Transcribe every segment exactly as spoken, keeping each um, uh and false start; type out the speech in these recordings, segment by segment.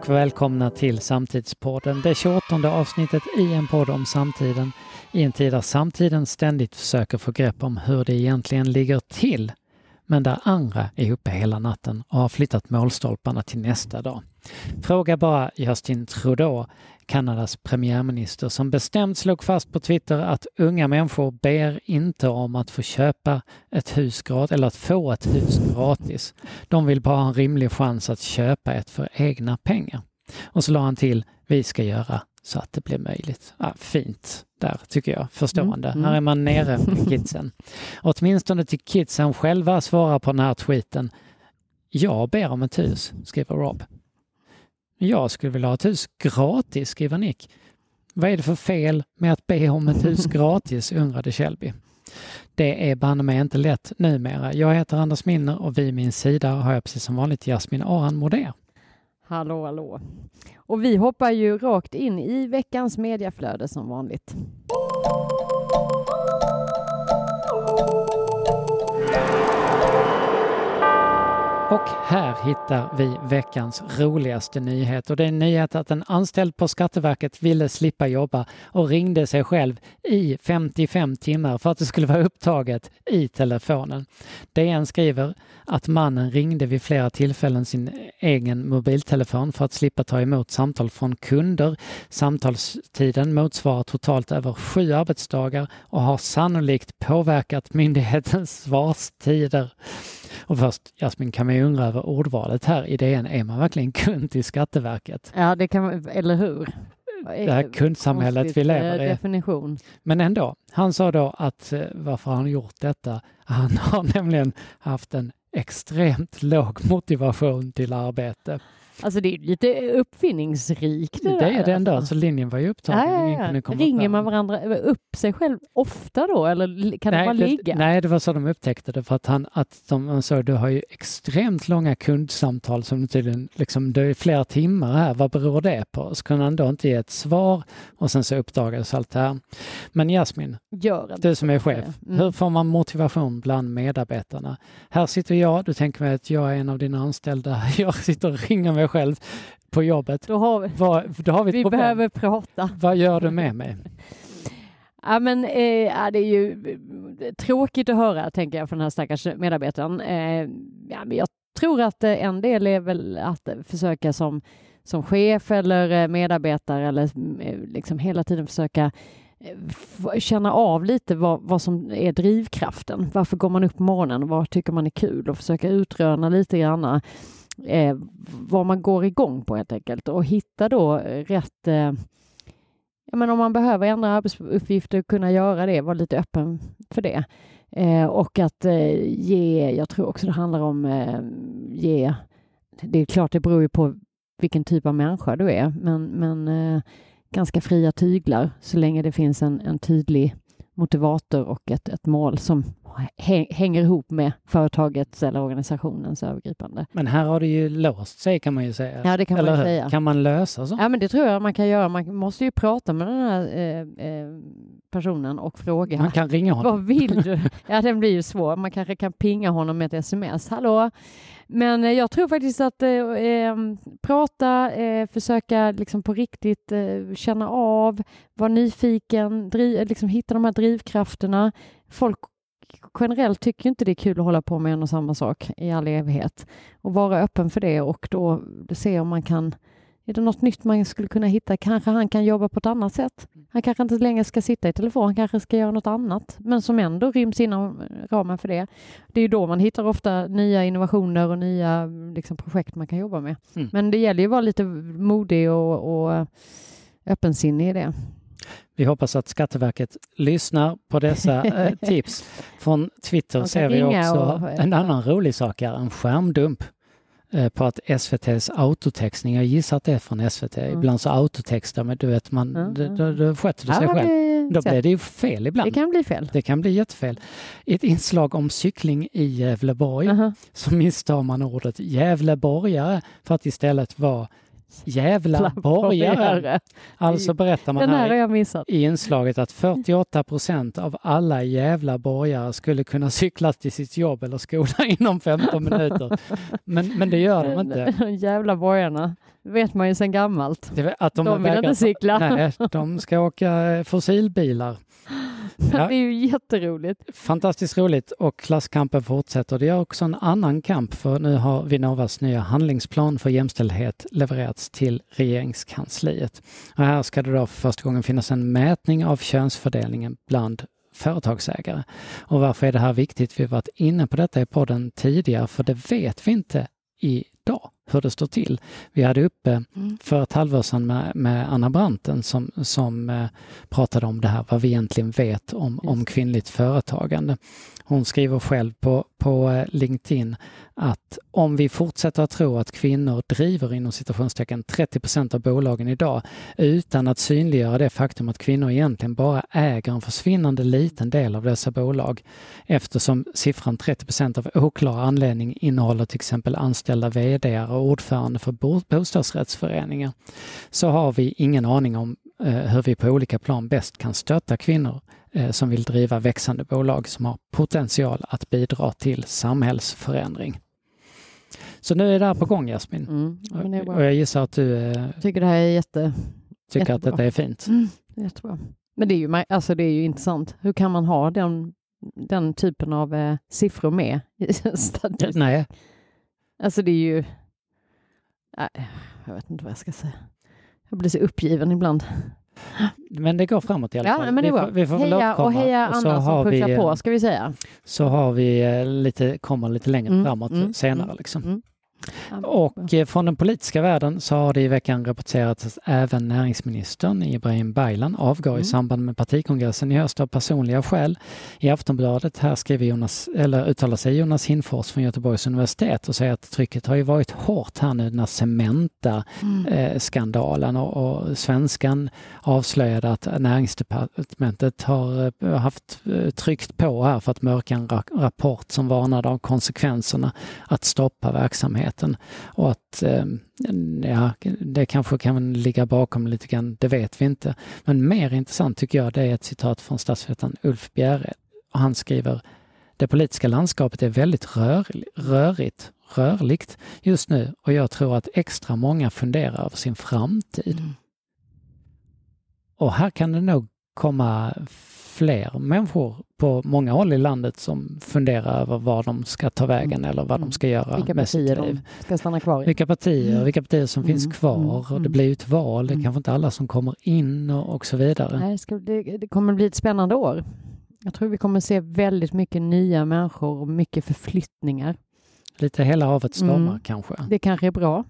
och välkomna till Samtidspodden, det tjugoåttonde avsnittet i en podd om samtiden, i en tid där samtiden ständigt försöker få grepp om hur det egentligen ligger till, men där andra är uppe hela natten och har flyttat målstolparna till nästa dag. Fråga bara Justin Trudeau, Kanadas premiärminister, som bestämt slog fast på Twitter att unga människor ber inte om att få köpa ett hus gratis eller att få ett hus gratis. De vill bara ha en rimlig chans att köpa ett för egna pengar. Och så la han till, vi ska göra så att det blir möjligt. Ja, fint där tycker jag, förstående. Mm, mm. Här är man nere på kidsen. Och åtminstone till kidsen själva svarar på den här tweeten. Jag ber om ett hus, skriver Rob. Jag skulle vilja ha ett hus gratis, skriver Nick. Vad är det för fel med att be om ett hus gratis, undrade Shelby. Det är banne mig inte lätt numera. Jag heter Anders Minner och vid min sida har jag precis som vanligt Jasmin Aran Moder. Hallå, hallå. Och vi hoppar ju rakt in i veckans mediaflöde som vanligt. Och här hittar vi veckans roligaste nyhet. Och det är en nyhet att en anställd på Skatteverket ville slippa jobba och ringde sig själv i femtiofem timmar för att det skulle vara upptaget i telefonen. D N skriver att mannen ringde vid flera tillfällen sin egen mobiltelefon för att slippa ta emot samtal från kunder. Samtalstiden motsvarar totalt över sju arbetsdagar och har sannolikt påverkat myndighetens svarstider. Och först, Jasmin, kan man ju undra över ordvalet här i D N. Är man verkligen kund i Skatteverket? Ja, det kan man, eller hur? Det här kundsamhället vi lever i. Definition. Men ändå, han sa då att varför han gjort detta? Han har nämligen haft en extremt låg motivation till arbete. Alltså det är lite uppfinningsrikt. Det, det är det ändå, alltså. Så linjen var ju upptagen. Ja, ja, ja. Ringer man varandra upp sig själv ofta då? Eller kan nej, det bara det, ligga? Nej, det var så de upptäckte det. För att, han, att de sa, du har ju extremt långa kundsamtal som tydligen, liksom, det är flera timmar här. Vad beror det på? Så kunde han då inte ge ett svar och sen så uppdagades allt det här. Men Jasmin, du som är chef, mm. hur får man motivation bland medarbetarna? Här sitter jag, du tänker mig att jag är en av dina anställda. Jag sitter och ringer mig själv på jobbet. Då har vi, Vad, då har vi, vi behöver prata. Vad gör du med mig? Ja, men eh, det är ju tråkigt att höra, tänker jag, från den här stackars medarbetaren. Eh, ja, men jag tror att eh, en del är väl att försöka som, som chef eller medarbetare eller eh, liksom hela tiden försöka eh, känna av lite vad, vad som är drivkraften. Varför går man upp på morgonen? Vad tycker man är kul? Och försöka utröna lite grann Eh, vad man går igång på helt enkelt och hitta då rätt eh, ja, men om man behöver ändra arbetsuppgifter kunna göra det, vara lite öppen för det eh, och att eh, ge, jag tror också det handlar om eh, ge, det är klart det beror ju på vilken typ av människa du är men, men eh, ganska fria tyglar så länge det finns en, en tydlig motivator och ett, ett mål som hänger ihop med företagets eller organisationens övergripande. Men här har det ju låst sig kan man ju säga. Ja, det kan eller man säga. Kan man lösa så? Ja, men det tror jag man kan göra. Man måste ju prata med den här eh, eh, personen och fråga. Man kan ringa honom. Vad vill du? Ja, den blir ju svår. Man kanske kan pinga honom med ett sms. Hallå? Men eh, jag tror faktiskt att eh, eh, prata, eh, försöka liksom på riktigt eh, känna av, vara nyfiken, driv, liksom hitta de här drivkrafterna. Folk generellt tycker inte det är kul att hålla på med en och samma sak i all evighet. Och vara öppen för det och då se om man kan, är det något nytt man skulle kunna hitta? Kanske han kan jobba på ett annat sätt. Han kanske inte längre ska sitta i telefon, han kanske ska göra något annat. Men som ändå ryms inom ramen för det. Det är ju då man hittar ofta nya innovationer och nya liksom, projekt man kan jobba med. Mm. Men det gäller ju att vara lite modig och, och öppensinnig i det. Vi hoppas att Skatteverket lyssnar på dessa eh, tips. Från Twitter ser vi också och... en annan rolig sak här, en skärmdump eh, på att S V T:s autotextning, jag gissar att det är från S V T, mm. ibland så autotextar men du vet, man, mm. då, då, då sköter det sig ja, själv. Det... Då blir det ju fel ibland. Det kan bli fel. Det kan bli jättefel. Ett inslag om cykling i Gävleborg uh-huh. så misstar man ordet Gävleborgare för att istället vara Jävla borgare. Alltså berättar man Den här här har jag missat. i inslaget att fyrtioåtta procent av alla jävla borgare skulle kunna cykla till sitt jobb eller skola inom femton minuter. Men, men det gör de inte. De jävla borgarna. Vet man ju sedan gammalt. Det, att de de vill vägar, inte cykla. Nej, de ska åka fossilbilar. Ja. Det är ju jätteroligt. Fantastiskt roligt och klasskampen fortsätter. Det är också en annan kamp för nu har Vinnovas nya handlingsplan för jämställdhet levererats till regeringskansliet. Och här ska det då för första gången finnas en mätning av könsfördelningen bland företagsägare. Och varför är det här viktigt? Vi har varit inne på detta i podden tidigare för det vet vi inte idag hur det står till. Vi hade uppe mm. för ett halvår sedan med, med Anna Branten som, som eh, pratade om det här, vad vi egentligen vet om, om kvinnligt företagande. Hon skriver själv på, på LinkedIn att om vi fortsätter att tro att kvinnor driver inom citationstecken trettio procent av bolagen idag utan att synliggöra det faktum att kvinnor egentligen bara äger en försvinnande liten del av dessa bolag eftersom siffran trettio procent av oklar anledning innehåller till exempel anställda vd:ar och ordförande för bostadsrättsföreningar så har vi ingen aning om eh, hur vi på olika plan bäst kan stötta kvinnor eh, som vill driva växande bolag som har potential att bidra till samhällsförändring. Så nu är det här på gång, Jasmin. Mm, det och jag gissar att du eh, tycker det här är jätte, tycker jättebra. Att detta är fint. Mm, jättebra. Men det är ju alltså det är ju intressant. Hur kan man ha den, den typen av eh, siffror med i statistik? Nej. Alltså det är ju... Nej, jag vet inte vad jag ska säga. Jag blir så uppgiven ibland. Men det går framåt i alla fall. Ja, men det går. Vi får, vi får heja och heja och andra som pushar vi, på, ska vi säga. Så har vi lite, kommer lite längre mm, framåt mm, senare. Mm, liksom. Mm. Och från den politiska världen så har det i veckan rapporterats att även näringsministern Ibrahim Baylan avgår mm. i samband med partikongressen i höst av personliga skäl. I Aftonbladet här skriver Jonas, eller uttalar sig Jonas Hinfors från Göteborgs universitet och säger att trycket har ju varit hårt här nu när Cementa-skandalen mm. och, och Svenskan avslöjade att näringsdepartementet har haft tryckt på här för att mörka en ra- rapport som varnade av konsekvenserna att stoppa verksamheten. Och att ja, det kanske kan ligga bakom lite grann, det vet vi inte. Men mer intressant tycker jag det är ett citat från statsvetaren Ulf Bjerre. Och han skriver: det politiska landskapet är väldigt rör, rörigt, rörligt just nu och jag tror att extra många funderar över sin framtid. Mm. Och här kan det nog komma fler människor på många håll i landet som funderar över vad de ska ta vägen mm. eller vad mm. de ska göra vilka med sitt liv. Vilka partier ska stanna kvar i. Vilka partier, mm. vilka partier som mm. finns kvar mm. och det blir ju ett val. Det är mm. kanske inte alla som kommer in och, och så vidare. Nej, det, ska, det, det kommer bli ett spännande år. Jag tror vi kommer se väldigt mycket nya människor och mycket förflyttningar. Lite hela havet stormar mm. kanske. Det kanske är bra.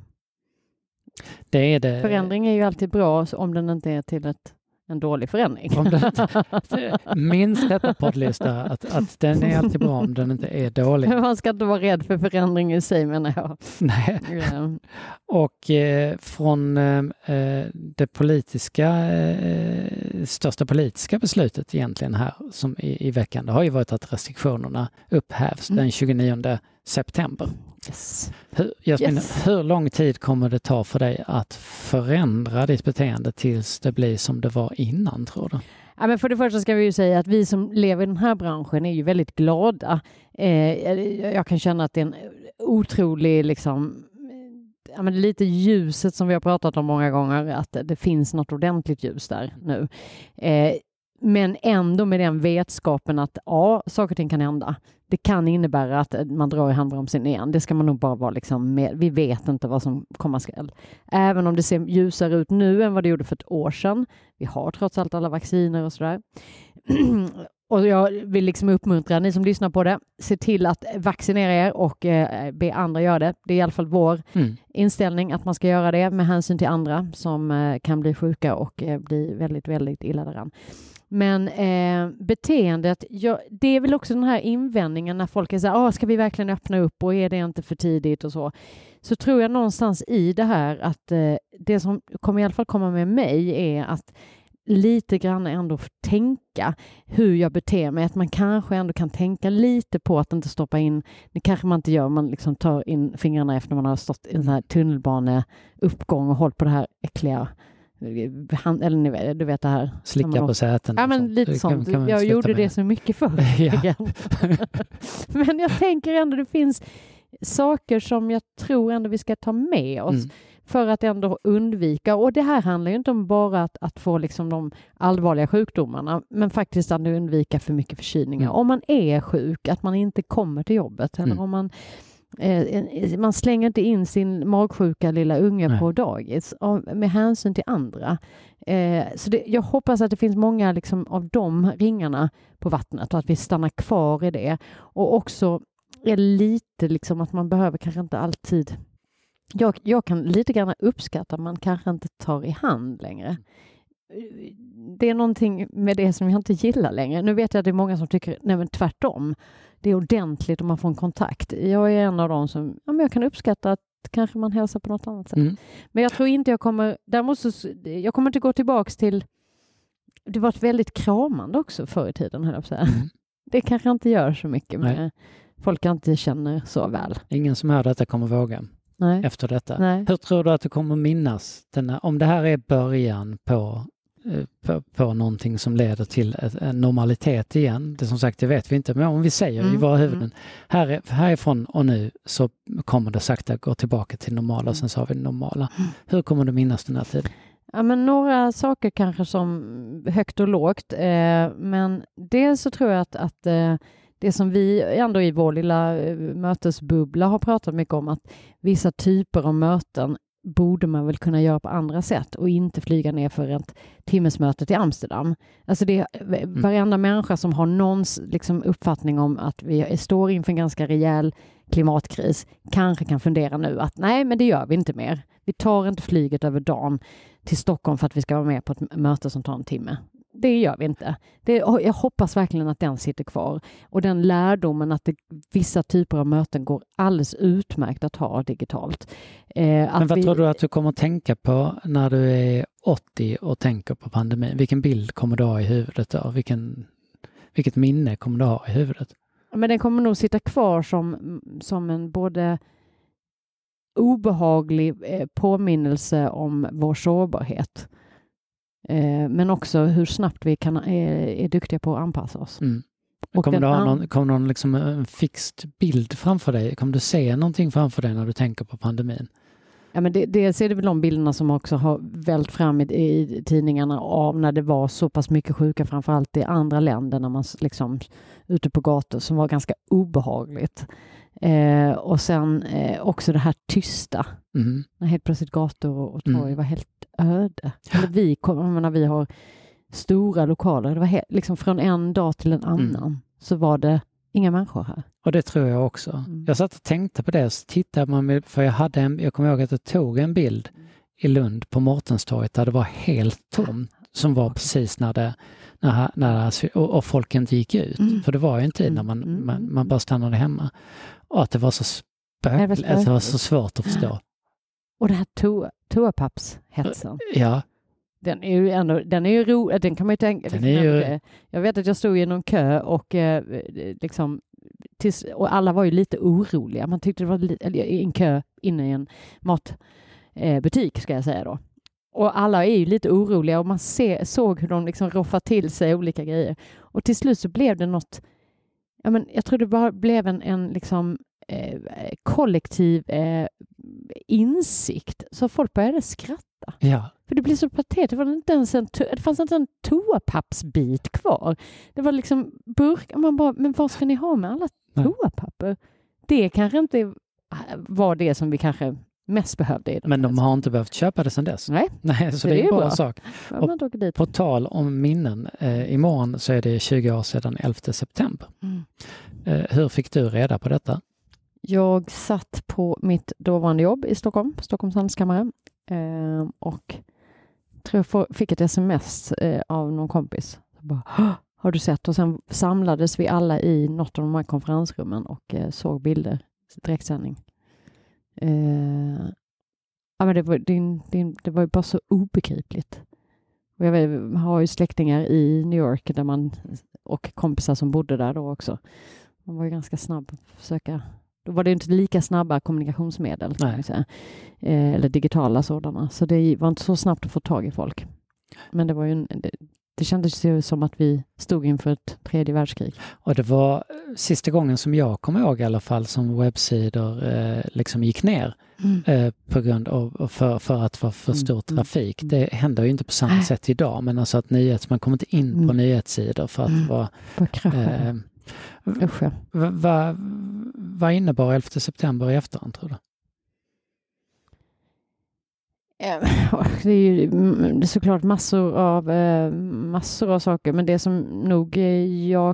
Det är det. Förändring är ju alltid bra om den inte är till ett en dålig förändring. Om det, minst detta poddlista att, att den är alltid bra om den inte är dålig. Man ska inte vara rädd för förändring i sig, menar jag. Nej. Yeah. Och eh, från eh, det politiska eh, största politiska beslutet egentligen här som i, i veckan, det har ju varit att restriktionerna upphävs mm. den tjugonionde september. Yes. Hur, Jasmin, yes. hur lång tid kommer det ta för dig att förändra ditt beteende tills det blir som det var innan, tror du? Ja, men för det första ska vi ju säga att vi som lever i den här branschen är ju väldigt glada. Eh, jag kan känna att det är en otrolig, liksom, ja, men lite ljuset som vi har pratat om många gånger, att det finns något ordentligt ljus där nu. Eh, Men ändå med den vetskapen att ja, saker och ting kan hända. Det kan innebära att man drar i handbromsen igen. Det ska man nog bara vara liksom med. Vi vet inte vad som kommer skall. Även om det ser ljusare ut nu än vad det gjorde för ett år sedan. Vi har trots allt alla vacciner och sådär. Och jag vill liksom uppmuntra ni som lyssnar på det. Se till att vaccinera er och eh, be andra göra det. Det är i alla fall vår mm. inställning att man ska göra det med hänsyn till andra som eh, kan bli sjuka och eh, bli väldigt, väldigt illa däran. Men eh, beteendet, ja, det är väl också den här invändningen när folk är så här, ah, ska vi verkligen öppna upp och är det inte för tidigt och så. Så tror jag någonstans i det här att eh, det som kommer i alla fall komma med mig är att lite grann ändå tänka hur jag beter mig. Att man kanske ändå kan tänka lite på att inte stoppa in, det kanske man inte gör, man liksom tar in fingrarna efter man har stått i en sån här tunnelbaneuppgång och hållit på det här äckliga, han, eller ni vet, du vet det här. Slicka på säten. Ja, men lite sånt. Kan, kan jag gjorde med det så mycket förr. Ja. Men jag tänker ändå det finns saker som jag tror ändå vi ska ta med oss. Mm. För att ändå undvika, och det här handlar ju inte om bara att, att få liksom de allvarliga sjukdomarna, men faktiskt att undvika för mycket förkylningar. Mm. Om man är sjuk, att man inte kommer till jobbet, eller mm. om man eh, man slänger inte in sin magsjuka lilla unge Nej. På dagis med hänsyn till andra. Eh, så det, jag hoppas att det finns många liksom, av de ringarna på vattnet och att vi stannar kvar i det. Och också är lite liksom att man behöver kanske inte alltid Jag, jag kan lite grann uppskatta att man kanske inte tar i hand längre. Det är någonting med det som jag inte gillar längre. Nu vet jag att det är många som tycker nej men tvärtom. Det är ordentligt om man får en kontakt. Jag är en av dem som ja, men jag kan uppskatta att kanske man hälsar på något annat sätt. Mm. Men jag tror inte jag kommer... Däremot så, jag kommer inte gå tillbaka till... Det var ett väldigt kramande också förr i tiden, höll jag på att säga. Mm. Det kanske inte gör så mycket med nej. Folk jag inte känner så väl. Ingen som hör detta kommer våga. Nej. Efter detta. Nej. Hur tror du att du kommer minnas denna, om det här är början på, på, på någonting som leder till en normalitet igen? Det som sagt, det vet vi inte, men om vi säger mm. i våra huvuden, mm. här, härifrån och nu så kommer det sakta gå tillbaka till normala, mm. sen så har vi det normala. Mm. Hur kommer du minnas den här tiden? Ja, men några saker kanske som högt och lågt, eh, men dels så tror jag att, att eh, det som vi ändå i vår lilla mötesbubbla har pratat mycket om, att vissa typer av möten borde man väl kunna göra på andra sätt och inte flyga ner för ett timmesmöte till Amsterdam. Alltså det är varenda mm. människa som har någons liksom, uppfattning om att vi står inför en ganska rejäl klimatkris kanske kan fundera nu att nej, men det gör vi inte mer. Vi tar inte flyget över dagen till Stockholm för att vi ska vara med på ett möte som tar en timme. Det gör vi inte. Det, jag hoppas verkligen att den sitter kvar. Och den lärdomen att det, vissa typer av möten går alldeles utmärkt att ha digitalt. Eh, Men vad vi, tror du att du kommer att tänka på när du är åttio och tänker på pandemin? Vilken bild kommer du ha i huvudet då? Vilken, vilket minne kommer du ha i huvudet? Men den kommer nog sitta kvar som, som en både obehaglig eh, påminnelse om vår sårbarhet. Men också hur snabbt vi kan, är, är duktiga på att anpassa oss. Mm. Och kommer du ha an... någon, kommer någon liksom en fixed bild framför dig? Kommer du se någonting framför dig när du tänker på pandemin? Ja, men det, dels är det väl de bilderna som också har vält fram i, i tidningarna av när det var så pass mycket sjuka, framförallt i andra länder när man liksom ute på gator, som var ganska obehagligt. Eh, och sen eh, också det här tysta. Mm. När helt plötsligt gator och, och torg mm. var helt öde. Eller vi, kom, menar, vi har stora lokaler. Det var helt, liksom från en dag till en annan mm. så var det inga människor här. Och det tror jag också. Mm. Jag satt och tänkte på det. Så tittade man med, för jag hade en, jag kommer ihåg att jag tog en bild i Lund på Mårtenstorget där det var helt tomt. Som var precis när det, när, när, och, och folk inte gick ut. Mm. För det var ju en tid när man, mm. man, man bara stannade hemma. Och att det var så spök, det, att det var så svårt att förstå. Och det här toa, toapappshetsen. Ja. Den är ju ändå, den är ju rolig, den kan man ju tänka. Den är ju... Jag vet att jag stod i någon kö och eh, liksom tills, och alla var ju lite oroliga. Man tyckte det var li, eller, en kö inne i en matbutik eh, ska jag säga då. Och alla är ju lite oroliga och man se, såg hur de liksom roffade till sig olika grejer. Och till slut så blev det något, ja, men jag tror det bara blev en, en liksom eh, kollektiv eh, insikt. Så folk började skratta. Ja. För det blev så patetiskt. Det, var inte ens en to- det fanns inte en toapappsbit kvar. Det var liksom burk. Man bara, men vad ska ni ha med alla toapapper? Det kanske inte var det som vi kanske mest behövde. Men de har inte behövt köpa det sedan dess. Nej, Nej så, så det, det är en bra, bra sak. Och dit. På tal om minnen, eh, imorgon så är det tjugo år sedan elfte september. Mm. Eh, hur fick du reda på detta? Jag satt på mitt dåvarande jobb i Stockholm, Stockholms handelskammare, eh, och tror jag fick ett sms eh, av någon kompis. Jag bara, har du sett? Och sen samlades vi alla i något av de här konferensrummen och eh, såg bilder, direktsändning. Eh, ja, men det, var, det, det, det var ju bara så obegripligt. Och jag vet, har ju släktingar i New York där man, och kompisar som bodde där då också. Man var ju ganska snabb att försöka. Då var det inte lika snabba kommunikationsmedel. Kan jag säga. Eh, eller digitala sådana. Så det var inte så snabbt att få tag i folk. Men det var ju en, det, det kändes ju som att vi stod inför ett tredje världskrig. Och det var sista gången som jag kommer ihåg i alla fall som webbsidor eh, liksom gick ner mm. eh, på grund av för, för att vara för stor mm. trafik. Det händer ju inte på samma sätt idag, men alltså att nyhets, man kommer inte in på mm. nyhetssidor för att mm. vara... Eh, Usch. Vad va, va innebar elfte september i efterhand, tror du? Det är ju det är såklart massor av massor av saker, men det som nog jag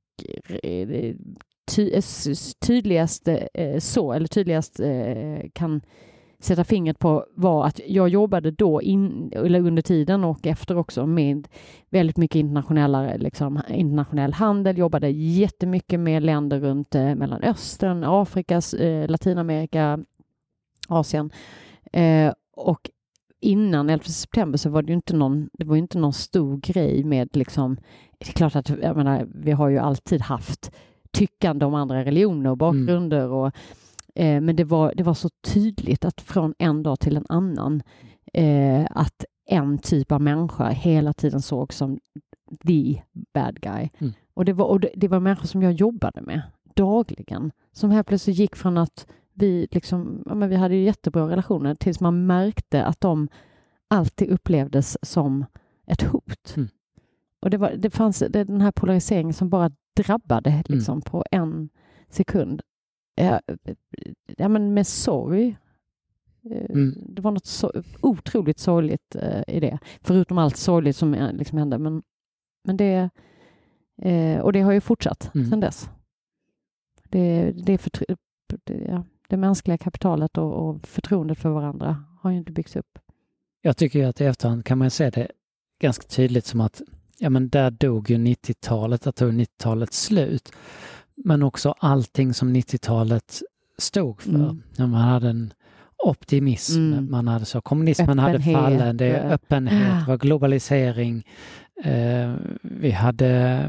ty, tydligast så eller tydligast kan sätta fingret på var att jag jobbade då in, eller under tiden och efter också med väldigt mycket internationella, liksom, internationell handel, jobbade jättemycket med länder runt eh, Mellanöstern, Afrikas, eh, Latinamerika, Asien eh, och innan elfte september så var det ju inte någon, det var ju inte någon stor grej med liksom, det är klart att jag menar, vi har ju alltid haft tyckande om andra religioner och bakgrunder mm. och Eh, men det var, det var så tydligt att från en dag till en annan eh, att en typ av människa hela tiden såg som the bad guy. Mm. Och, det var, och det, det var människor som jag jobbade med dagligen. Som här plötsligt gick från att vi, liksom, ja, men vi hade ju jättebra relationer tills man märkte att de alltid upplevdes som ett hot. Mm. Och det, var, det fanns det, den här polariseringen som bara drabbade liksom, mm. på en sekund. Ja, ja, men med sorg. Mm. Det var något så otroligt sorgligt uh, i det. Förutom allt sorgligt som uh, liksom hände. Men, men det, uh, och det har ju fortsatt mm. sedan dess. Det, det, förtr- det, ja, det mänskliga kapitalet och, och förtroendet för varandra har ju inte byggts upp. Jag tycker ju att i efterhand kan man se det ganska tydligt som att ja, men där dog ju nittiotalet, att tog nittiotalets slut. Men också allting som nittiotalet stod för. Mm. Man hade en optimism, mm. man hade så, kommunismen öppenhet. Hade fallen, det är öppenhet, det var globalisering, eh, vi hade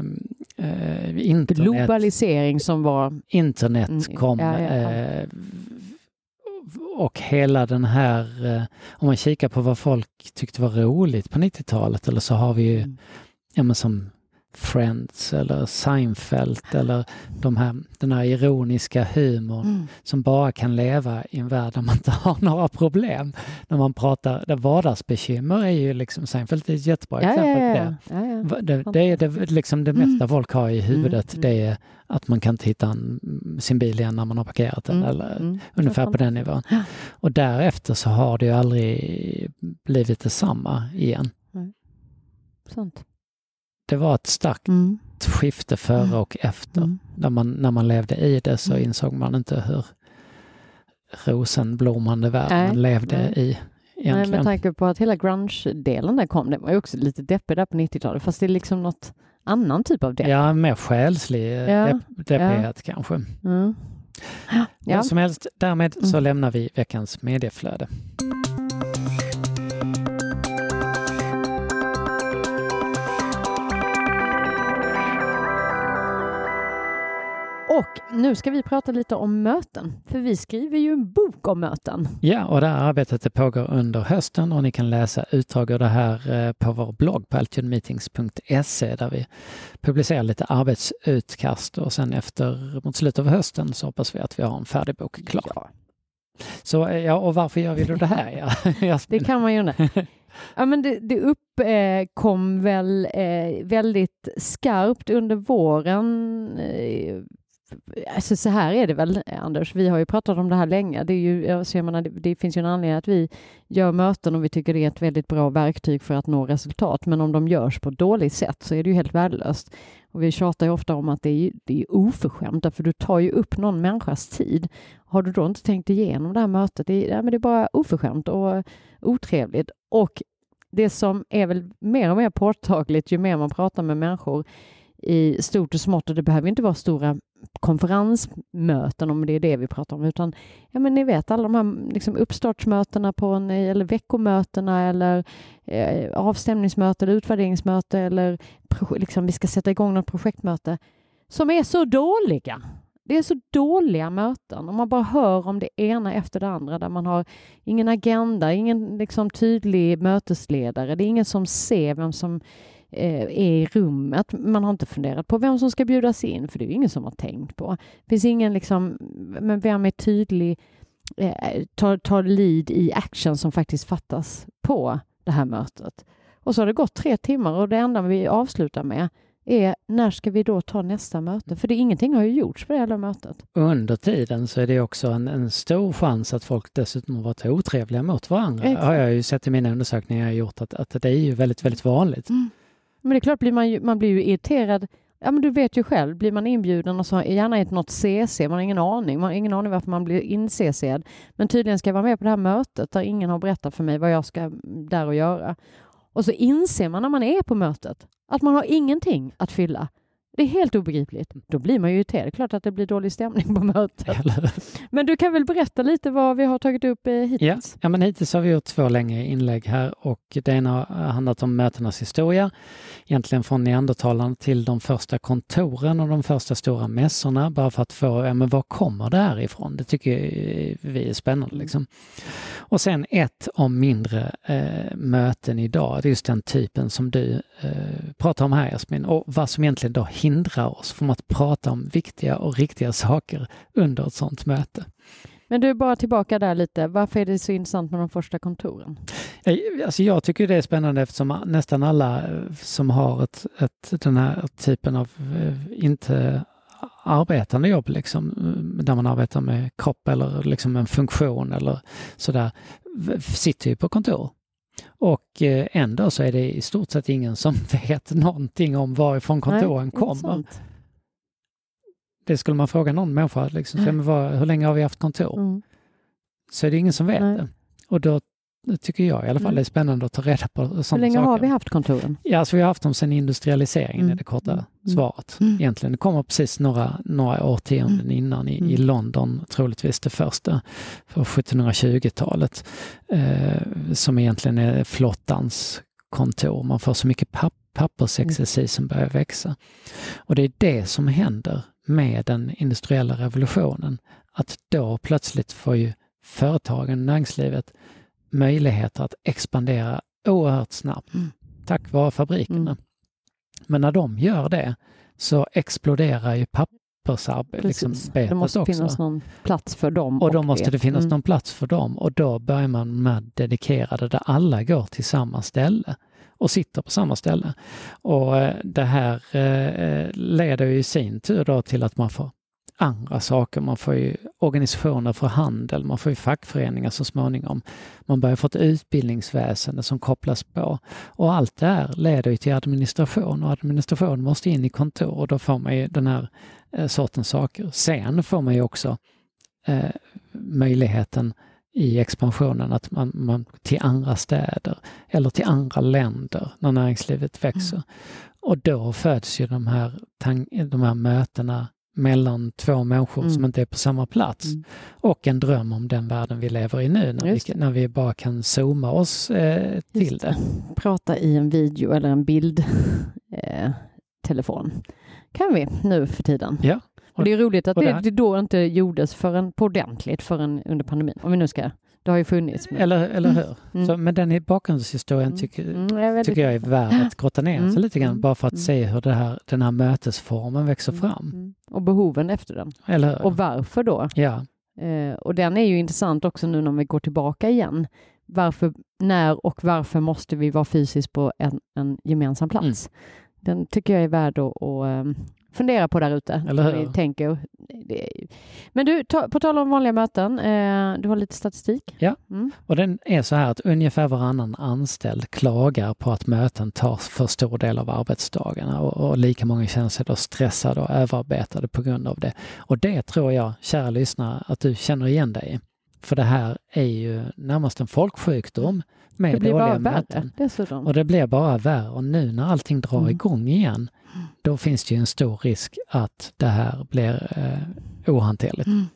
eh, internet. Globalisering som var... Internet kom ja, ja, ja. Eh, och hela den här, eh, om man kikar på vad folk tyckte var roligt på nittiotalet, eller så har vi ju, mm. ja men som Friends eller Seinfeld eller de här, den här ironiska humorn mm. som bara kan leva i en värld där man inte har några problem. När man pratar, där vardagsbekymmer är ju liksom, Seinfeld är ett jättebra ja, exempel ja, på ja. det. Ja, ja. Det, det är det, liksom det mesta mm. folk har i huvudet, mm. det är att man kan inte hitta en, sin bil igen när man har parkerat den mm. eller mm. ungefär på den nivån. Och därefter så har det ju aldrig blivit detsamma igen. Mm. Sant. Det var ett starkt mm. skifte före och efter. Mm. När, man, när man levde i det så insåg man inte hur rosenblommande värld Nej. man levde Nej. i egentligen. Nej, med tanke på att hela grunge-delen där kom, det var ju också lite deppig där på nittiotalet, fast det är liksom något annan typ av depp. Ja, mer själslig ja. depp, deppighet ja. kanske. Mm. Ja. Som helst, därmed mm. så lämnar vi veckans medieflöde. Och nu ska vi prata lite om möten, för vi skriver ju en bok om möten. Ja, och det här arbetet det pågår under hösten och ni kan läsa utdrag av det här på vår blogg på altitude meetings punkt se där vi publicerar lite arbetsutkast och sen efter mot slutet av hösten så hoppas vi att vi har en färdig bok klar. Ja. Så ja, och varför gör vi då det här? Ja, det kan man ju inte. Ja, men det, det uppkom eh, väl eh, väldigt skarpt under våren. Eh, alltså så här är det väl, Anders. Vi har ju pratat om det här länge. Det, är ju, alltså jag menar, det, det finns ju en anledning att vi gör möten och vi tycker det är ett väldigt bra verktyg för att nå resultat. Men om de görs på ett dåligt sätt så är det ju helt värdelöst. Och vi tjatar ju ofta om att det är, det är oförskämt, för du tar ju upp någon människas tid. Har du då inte tänkt igenom det här mötet? Det är, ja, men det är bara oförskämt och otrevligt. Och det som är väl mer och mer påtagligt ju mer man pratar med människor, i stort och smått, och det behöver inte vara stora konferensmöten om det är det vi pratar om, utan ja, men ni vet alla de här liksom uppstartsmötena på en, eller veckomötena eller eh, avstämningsmöte eller utvärderingsmöte eller pro, liksom, vi ska sätta igång något projektmöte som är så dåliga. Det är så dåliga möten och man bara hör om det ena efter det andra där man har ingen agenda, ingen liksom tydlig mötesledare, det är ingen som ser vem som är i rummet. Man har inte funderat på vem som ska bjudas in, för det är ingen som har tänkt på. Det finns ingen liksom, men vem är tydlig, eh, tar, tar lead i action som faktiskt fattas på det här mötet. Och så har det gått tre timmar och det enda vi avslutar med är när ska vi då ta nästa möte? För det ingenting har ju gjorts på det här mötet. Under tiden så är det också en, en stor chans att folk dessutom har varit otrevliga mot varandra. Exakt. Har jag ju sett i mina undersökningar jag har gjort att, att det är ju väldigt, väldigt vanligt. Mm. Men det är klart, blir man, ju, man blir ju irriterad. Ja, men du vet ju själv, blir man inbjuden och så gärna i något C C, man har ingen aning. Man har ingen aning varför man blir in-C C'd. Men tydligen ska jag vara med på det här mötet där ingen har berättat för mig vad jag ska där och göra. Och så inser man när man är på mötet att man har ingenting att fylla. Det är helt obegripligt. Då blir man ju irriterad. Klart att det blir dålig stämning på mötet. Men du kan väl berätta lite vad vi har tagit upp hittills? Ja, ja, men hittills har vi gjort två längre inlägg här och det ena har handlat om mötenas historia. Egentligen från neandertalarna till de första kontoren och de första stora mässorna, bara för att få, ja, men var kommer det här ifrån? Det tycker vi är spännande liksom. Och sen ett om mindre eh, möten idag. Det är just den typen som du eh, pratar om här, Jasmin, och vad som egentligen då hindrar oss från att prata om viktiga och riktiga saker under ett sådant möte. Men du, bara tillbaka där lite. Varför är det så intressant med de första kontoren? Alltså jag tycker det är spännande eftersom nästan alla som har ett, ett, den här typen av inte arbetande jobb, liksom, där man arbetar med kropp eller liksom en funktion eller sådär, sitter ju på kontor. Och ändå så är det i stort sett ingen som vet någonting om varifrån kontoren Nej, kommer. Det skulle man fråga någon människa, liksom, så, men vad, hur länge har vi haft kontor? Mm. Så är det ingen som vet Nej. det. Och då tycker jag i alla fall mm. det är spännande att ta reda på sådana saker. Hur länge saker. har vi haft kontoren? Ja, så vi har haft dem sedan industrialiseringen mm. är det korta mm. svaret. Mm. Egentligen, det kommer precis några, några årtionden mm. innan i, mm. i London, troligtvis det första på sjuttonhundratjugotalet, eh, som egentligen är flottans kontor. Man får så mycket papp, pappersexercis mm. som börjar växa. Och det är det som händer med den industriella revolutionen. Att då plötsligt får ju företagen, näringslivet, möjligheter att expandera oerhört snabbt mm. tack vare fabrikerna. Mm. Men när de gör det så exploderar ju pappersarbetet. Liksom, det måste också. finnas någon plats för dem. Och då måste det, det finnas mm. någon plats för dem. Och då börjar man med dedikerade där alla går till samma ställe och sitter på samma ställe. Och det här eh, leder ju i sin tur då till att man får andra saker. Man får ju organisationer för handel, man får ju fackföreningar så småningom. Man börjar få ett utbildningsväsende som kopplas på. Och allt det här leder ju till administration och administration måste in i kontor och då får man ju den här eh, sortens saker. Sen får man ju också eh, möjligheten i expansionen att man, man till andra städer eller till andra länder när näringslivet växer. Mm. Och då föds ju de här, de här mötena mellan två människor mm. som inte är på samma plats mm. och en dröm om den världen vi lever i nu när, vi, när vi bara kan zooma oss eh, till det. det. Prata i en video eller en bildtelefon. Eh, kan vi nu för tiden. Ja. Och, och det är roligt att det, det då inte gjordes förrän på ordentligt förrän under pandemin. Om vi nu ska, det har ju funnits. Men... Eller, eller hur? Mm. Så, men den i bakgrundshistorien tycker, mm. jag tycker jag är värd att grotta ner sig mm. lite grann. Bara för att mm. se hur det här, den här mötesformen växer mm. fram. Mm. Och behoven efter den. Eller, och varför då? Ja. Eh, och den är ju intressant också nu när vi går tillbaka igen. Varför, när och varför måste vi vara fysiskt på en, en gemensam plats? Mm. Den tycker jag är värd att, att fundera på där ute. Eller hur? Vi tänker. Men du, ta, på tal om vanliga möten, eh, du har lite statistik. Ja, mm. och den är så här att ungefär varannan anställd klagar på att möten tar för stor del av arbetsdagarna och, och lika många känner sig då stressade och överarbetade på grund av det. Och det tror jag, kära lyssnare, att du känner igen dig i. För det här är ju närmast en folksjukdom med det blir dåliga bara möten. värre, dessutom. Och det blir bara värre. Och nu när allting drar Mm. igång igen, då finns det ju en stor risk att det här blir eh, ohanterligt. Mm.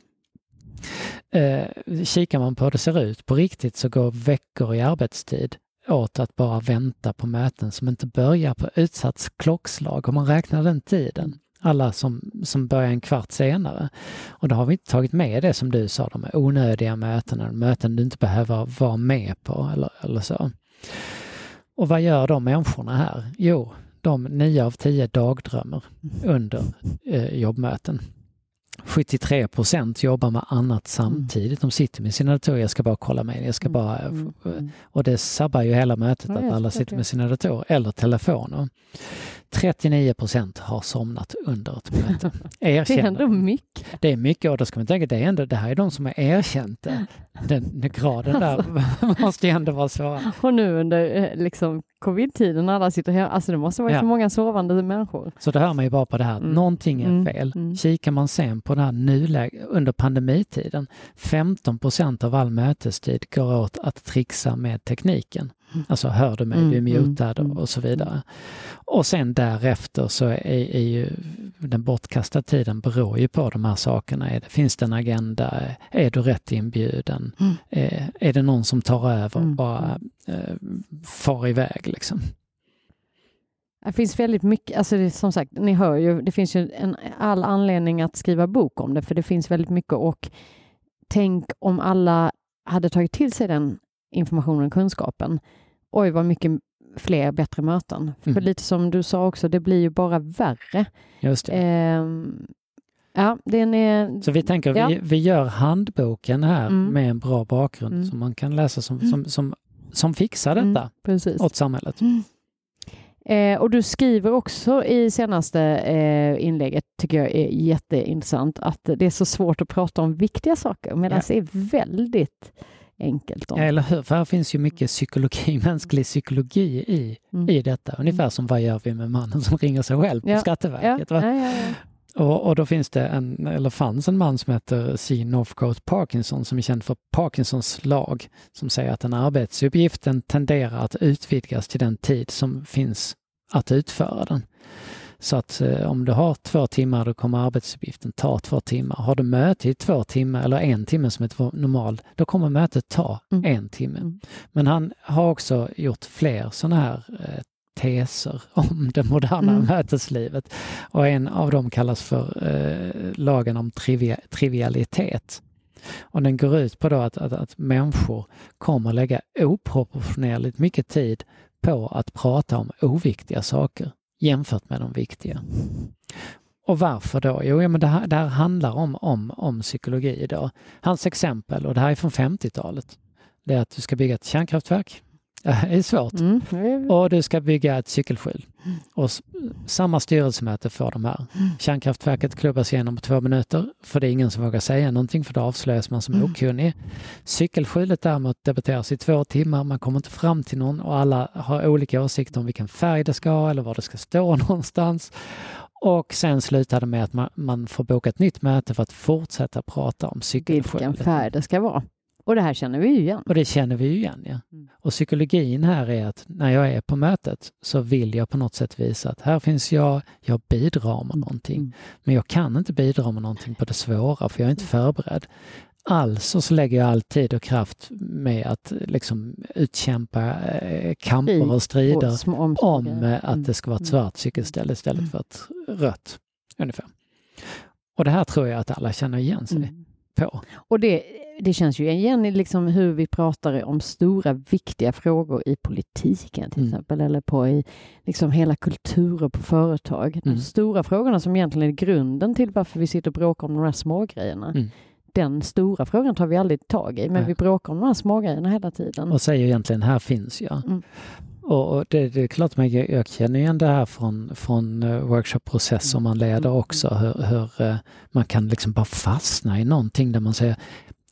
Eh, kikar man på hur det ser ut på riktigt så går veckor i arbetstid åt att bara vänta på möten som inte börjar på utsatt klockslag. Om man räknar den tiden. Alla som, som börjar en kvart senare. Och då har vi inte tagit med det som du sa, de är onödiga möten, eller möten du inte behöver vara med på eller, eller så. Och vad gör de människorna här? Jo, de nio av tio dagdrömmer under eh, jobbmöten. sjuttiotre procent jobbar med annat samtidigt. De sitter med sina datorer, jag ska bara kolla mejl, jag ska bara... Mm. Mm. Och det sabbar ju hela mötet att alla sitter med sina datorer eller telefoner. trettionio procent har somnat under ett möte. Det är ändå mycket. Det är mycket och då ska man tänka, det är ändå, det här är de som är erkänt. Den, den graden där måste ju ändå vara svår. Och nu under liksom covid-tiden när alla sitter här, alltså det måste vara Ja. så många sovande människor. Så det hör man ju bara på det här, Mm. någonting är Mm. fel. Mm. Kikar man sen på det här nuläget under pandemitiden, femton procent av all mötestid går åt att trixa med tekniken. Mm. Alltså hör du mig, Mm, du är mutad mm, och så vidare. Och sen därefter så är, är ju den bortkastade tiden beror ju på de här sakerna. Är det, finns det en agenda? Är du rätt inbjuden? Mm. Är, är det någon som tar över och Mm. bara eh, far iväg liksom? Det finns väldigt mycket, alltså det, som sagt, ni hör ju, det finns ju en, all anledning att skriva bok om det, för det finns väldigt mycket, och tänk om alla hade tagit till sig den informationen och kunskapen. Oj, vad mycket fler bättre möten. Mm. För lite som du sa också, det blir ju bara värre. Just det. Ehm, ja, den är... Så vi tänker, ja. vi, vi gör handboken här Mm. med en bra bakgrund Mm. som man kan läsa som, Mm. som, som, som fixar Mm, detta precis. åt samhället. Mm. Eh, och du skriver också i senaste eh, inlägget, tycker jag är jätteintressant, att det är så svårt att prata om viktiga saker, medan Ja. det är väldigt enkelt. Om. Ja, eller hur? För här finns ju mycket psykologi, mänsklig psykologi i, Mm. i detta. Ungefär som vad gör vi med mannen som ringer sig själv på Ja. Skatteverket. Ja, Va? ja, ja, ja. Och, och då finns det en, eller fanns en man som heter C. Northcote Parkinson som är känd för Parkinsons lag, som säger att en arbetsuppgiften tenderar att utvidgas till den tid som finns att utföra den. Så att eh, om du har två timmar, då kommer arbetsuppgiften ta två timmar. Har du möte i två timmar eller en timme som är normal, då kommer mötet ta Mm. en timme. Mm. Men han har också gjort fler sådana här eh, teser om det moderna Mm. möteslivet. Och en av dem kallas för eh, lagen om trivia- trivialitet. Och den går ut på då att, att, att människor kommer lägga oproportionerligt mycket tid på att prata om oviktiga saker jämfört med de viktiga. Och varför då? Jo, ja, men det, här, det här handlar om, om, om psykologi idag. Hans exempel, och det här är från femtiotalet, det är att du ska bygga ett kärnkraftverk. Det är svårt. Mm. Och du ska bygga ett cykelskjul. Och s- samma styrelsemöte för de här. Kärnkraftverket klubbas igenom på två minuter, för det är ingen som vågar säga någonting, för då avslöjas man som Mm. okunnig. Cykelskjulet däremot debatteras i två timmar, man kommer inte fram till någon och alla har olika åsikter om vilken färg det ska ha eller var det ska stå någonstans. Och sen slutar det med att man, man får boka ett nytt möte för att fortsätta prata om Vilken cykelskjulet. färg det ska vara. Och det här känner vi ju igen. Och det känner vi ju igen, ja. Mm. Och psykologin här är att när jag är på mötet så vill jag på något sätt visa att här finns jag, jag bidrar med någonting. Mm. Men jag kan inte bidra med någonting på det svåra, för jag är inte förberedd. Alltså så lägger jag all tid och kraft med att liksom utkämpa eh, kamper och strider små om- om eh, att Mm. det ska vara ett Mm. svart cykelställe istället Mm. för ett rött, ungefär. Och det här tror jag att alla känner igen sig Mm. på. Och det, det känns ju igen i liksom hur vi pratar om stora viktiga frågor i politiken till Mm. exempel, eller på i liksom hela kulturer på företag. De Mm. stora frågorna som egentligen är grunden till varför vi sitter och bråkar om de här små grejerna. Mm. Den stora frågan tar vi aldrig tag i, men Nej. vi bråkar om de här små grejerna hela tiden. Och säger egentligen, här finns jag. Mm. Och, och det, det är klart, jag, jag känner igen det här från, från uh, workshopprocess som man leder Mm. också. Hur, hur uh, man kan liksom bara fastna i någonting där man säger,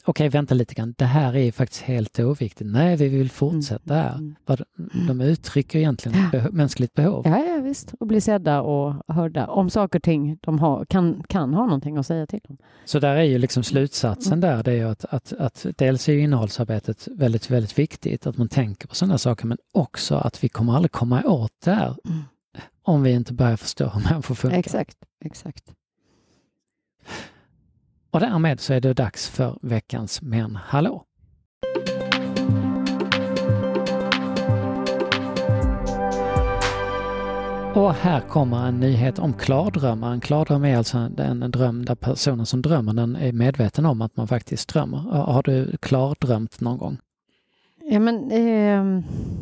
okej, vänta lite grann, det här är faktiskt helt oviktigt. Nej, vi vill fortsätta här. Mm. De uttrycker egentligen ja. Beho- mänskligt behov. Ja, ja, visst. Och bli sedda och hörda om saker och ting de har, kan, kan ha någonting att säga till dem. Så där är ju liksom slutsatsen där, det är ju att, att, att dels är ju innehållsarbetet väldigt, väldigt viktigt, att man tänker på sådana saker, men också att vi kommer aldrig komma åt det här mm. om vi inte börjar förstå hur människor funkar. Exakt, exakt. Och därmed så är det dags för veckans Men hallå! Och här kommer en nyhet om klardrömmar. En klardröm är alltså en, en dröm där personen som drömmer den är medveten om att man faktiskt drömmer. Har du klardrömt någon gång? Ja, men eh,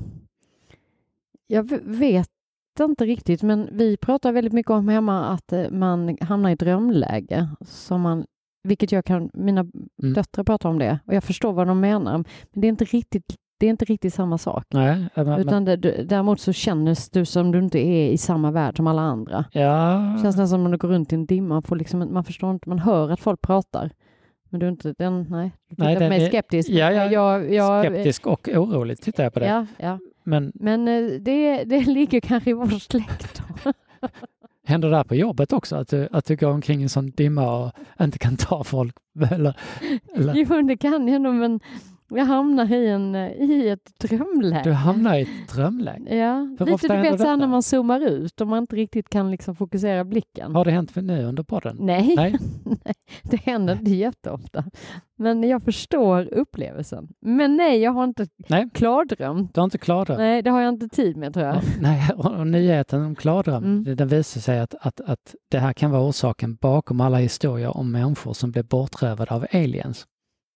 jag vet inte riktigt, men vi pratar väldigt mycket om hemma att man hamnar i drömläge. Som man, vilket jag kan, mina mm. döttrar pratar om det och jag förstår vad de menar. Men det är inte riktigt Det är inte riktigt samma sak. Nej, men, Utan det, däremot så känner du som du inte är i samma värld som alla andra. Ja. Det känns nästan som att du går runt i en dimma. På liksom, man förstår inte, man hör att folk pratar. Men du är inte, den, nej. Du nej, tittar på mig är, skeptisk. Ja, ja, jag, jag, skeptisk och orolig tittar jag på det. Ja, ja. Men, men det, det ligger kanske i vår släkt. Händer det här på jobbet också? Att du, att du går omkring i en sån dimma och inte kan ta folk? Eller, eller? Jo, det kan jag nog, men jag hamnar i, en, i ett drömläge. Du hamnar i ett drömläge? Ja, För lite du vet så här när man zoomar ut och man inte riktigt kan liksom fokusera blicken. Har det hänt nu under podden? Nej, Nej. nej, det händer inte jätteofta. Men jag förstår upplevelsen. Men nej, jag har inte nej. klardrömt. Du har inte klardrömt? Nej, det har jag inte tid med, tror jag. Ja, nej, och nyheten om klardröm, mm. den visar sig att, att, att det här kan vara orsaken bakom alla historier om människor som blev bortrövade av aliens.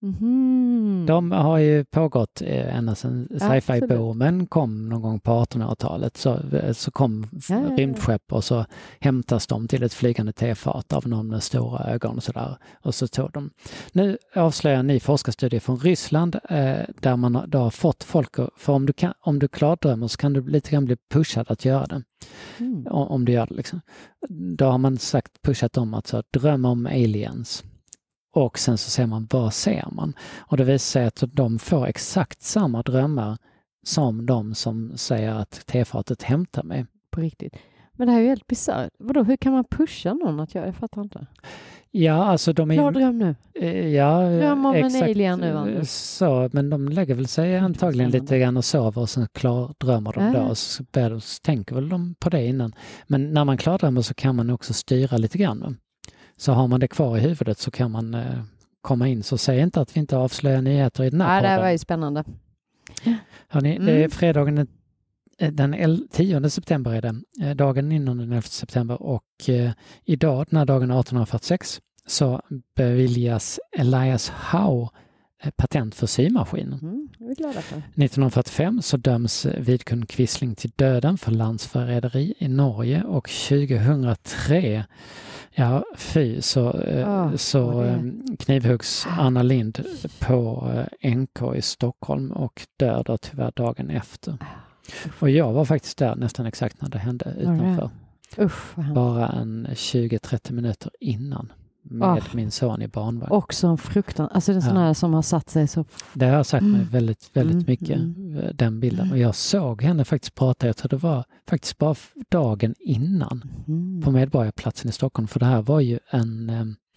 Mm. De har ju pågått eh, ända sedan sci-fi-boomen kom någon gång på artonhundratalet. Så, så kom ja, ja, ja. rymdskepp och så hämtas de till ett flygande tefat av någon med stora ögon och sådär. Och så tog de. Nu avslöjar en ny forskarstudie från Ryssland eh, där man har, har fått folk, för om du, kan, om du klardrömmer så kan du lite grann bli pushad att göra det. Mm. Om, om du gör det liksom. Då har man sagt pushat dem att så, drömma om aliens. Och sen så ser man, vad ser man? Och det visar sig att de får exakt samma drömmar som de som säger att tefatet hämtar mig. På riktigt. Men det här är ju helt bisarrt. Vadå, hur kan man pusha någon att göra? Jag fattar inte. Ja, alltså de är... Klar dröm nu. Ja, dröm om exakt en alien nu, Anders. Så, men de lägger väl sig antagligen lite grann och sover och sen klar drömmer de äh. då. Och så, så tänker väl de på det innan. Men när man klardrömmer så kan man också styra lite grann. Så har man det kvar i huvudet så kan man eh, komma in. Så säg inte att vi inte avslöjar nyheter i den här ja, podden. Det var ju spännande. Hörrni, mm. det är fredagen den tionde september är det. Dagen innan den elfte september. Och eh, idag, den här dagen arton fyrtiosex, så beviljas Elias Howe patent för symaskinen. Mm, jag är glad för. nittonhundrafyrtiofem så döms Vidkun Quisling till döden för landsförräderi i Norge och tjugohundratre ja, fy, så, oh, så oh, knivhuggs Anna Lind på N K i Stockholm och dör då tyvärr dagen efter. Och jag var faktiskt där nästan exakt när det hände utanför. Uff, bara en tjugo till trettio minuter innan. Med oh. min son i barnvagn. Också en fruktan. Alltså det är sån här ja. som har satt sig så... Det har sagt mig väldigt, väldigt mm. mycket, mm. den bilden. Och jag såg henne faktiskt prata, jag tror det var faktiskt bara dagen innan mm. på Medborgarplatsen i Stockholm. För det här var ju en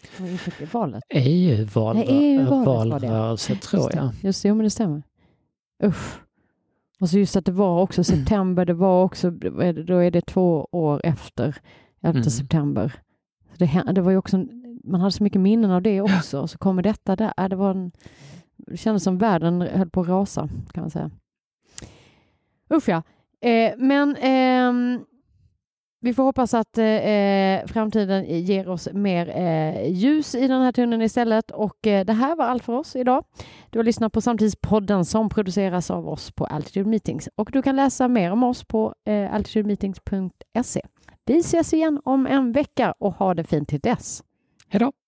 E U-valrörelse, tror jag. Just det, jo, men det stämmer. Uff. Och så just att det var också september, det var också, då är det två år efter elfte mm. september. Det, det var ju också, man hade så mycket minnen av det också. Och så kommer detta där. Det, var en, det kändes som världen höll på att rasa, kan man säga. Uff ja. Eh, men eh, vi får hoppas att eh, framtiden ger oss mer eh, ljus i den här tunneln istället. Och eh, det här var allt för oss idag. Du har lyssnat på Samtidspodden som produceras av oss på Altitude Meetings. Och du kan läsa mer om oss på eh, altitude meetings punkt se. Vi ses igen om en vecka och ha det fint till dess. Hej då!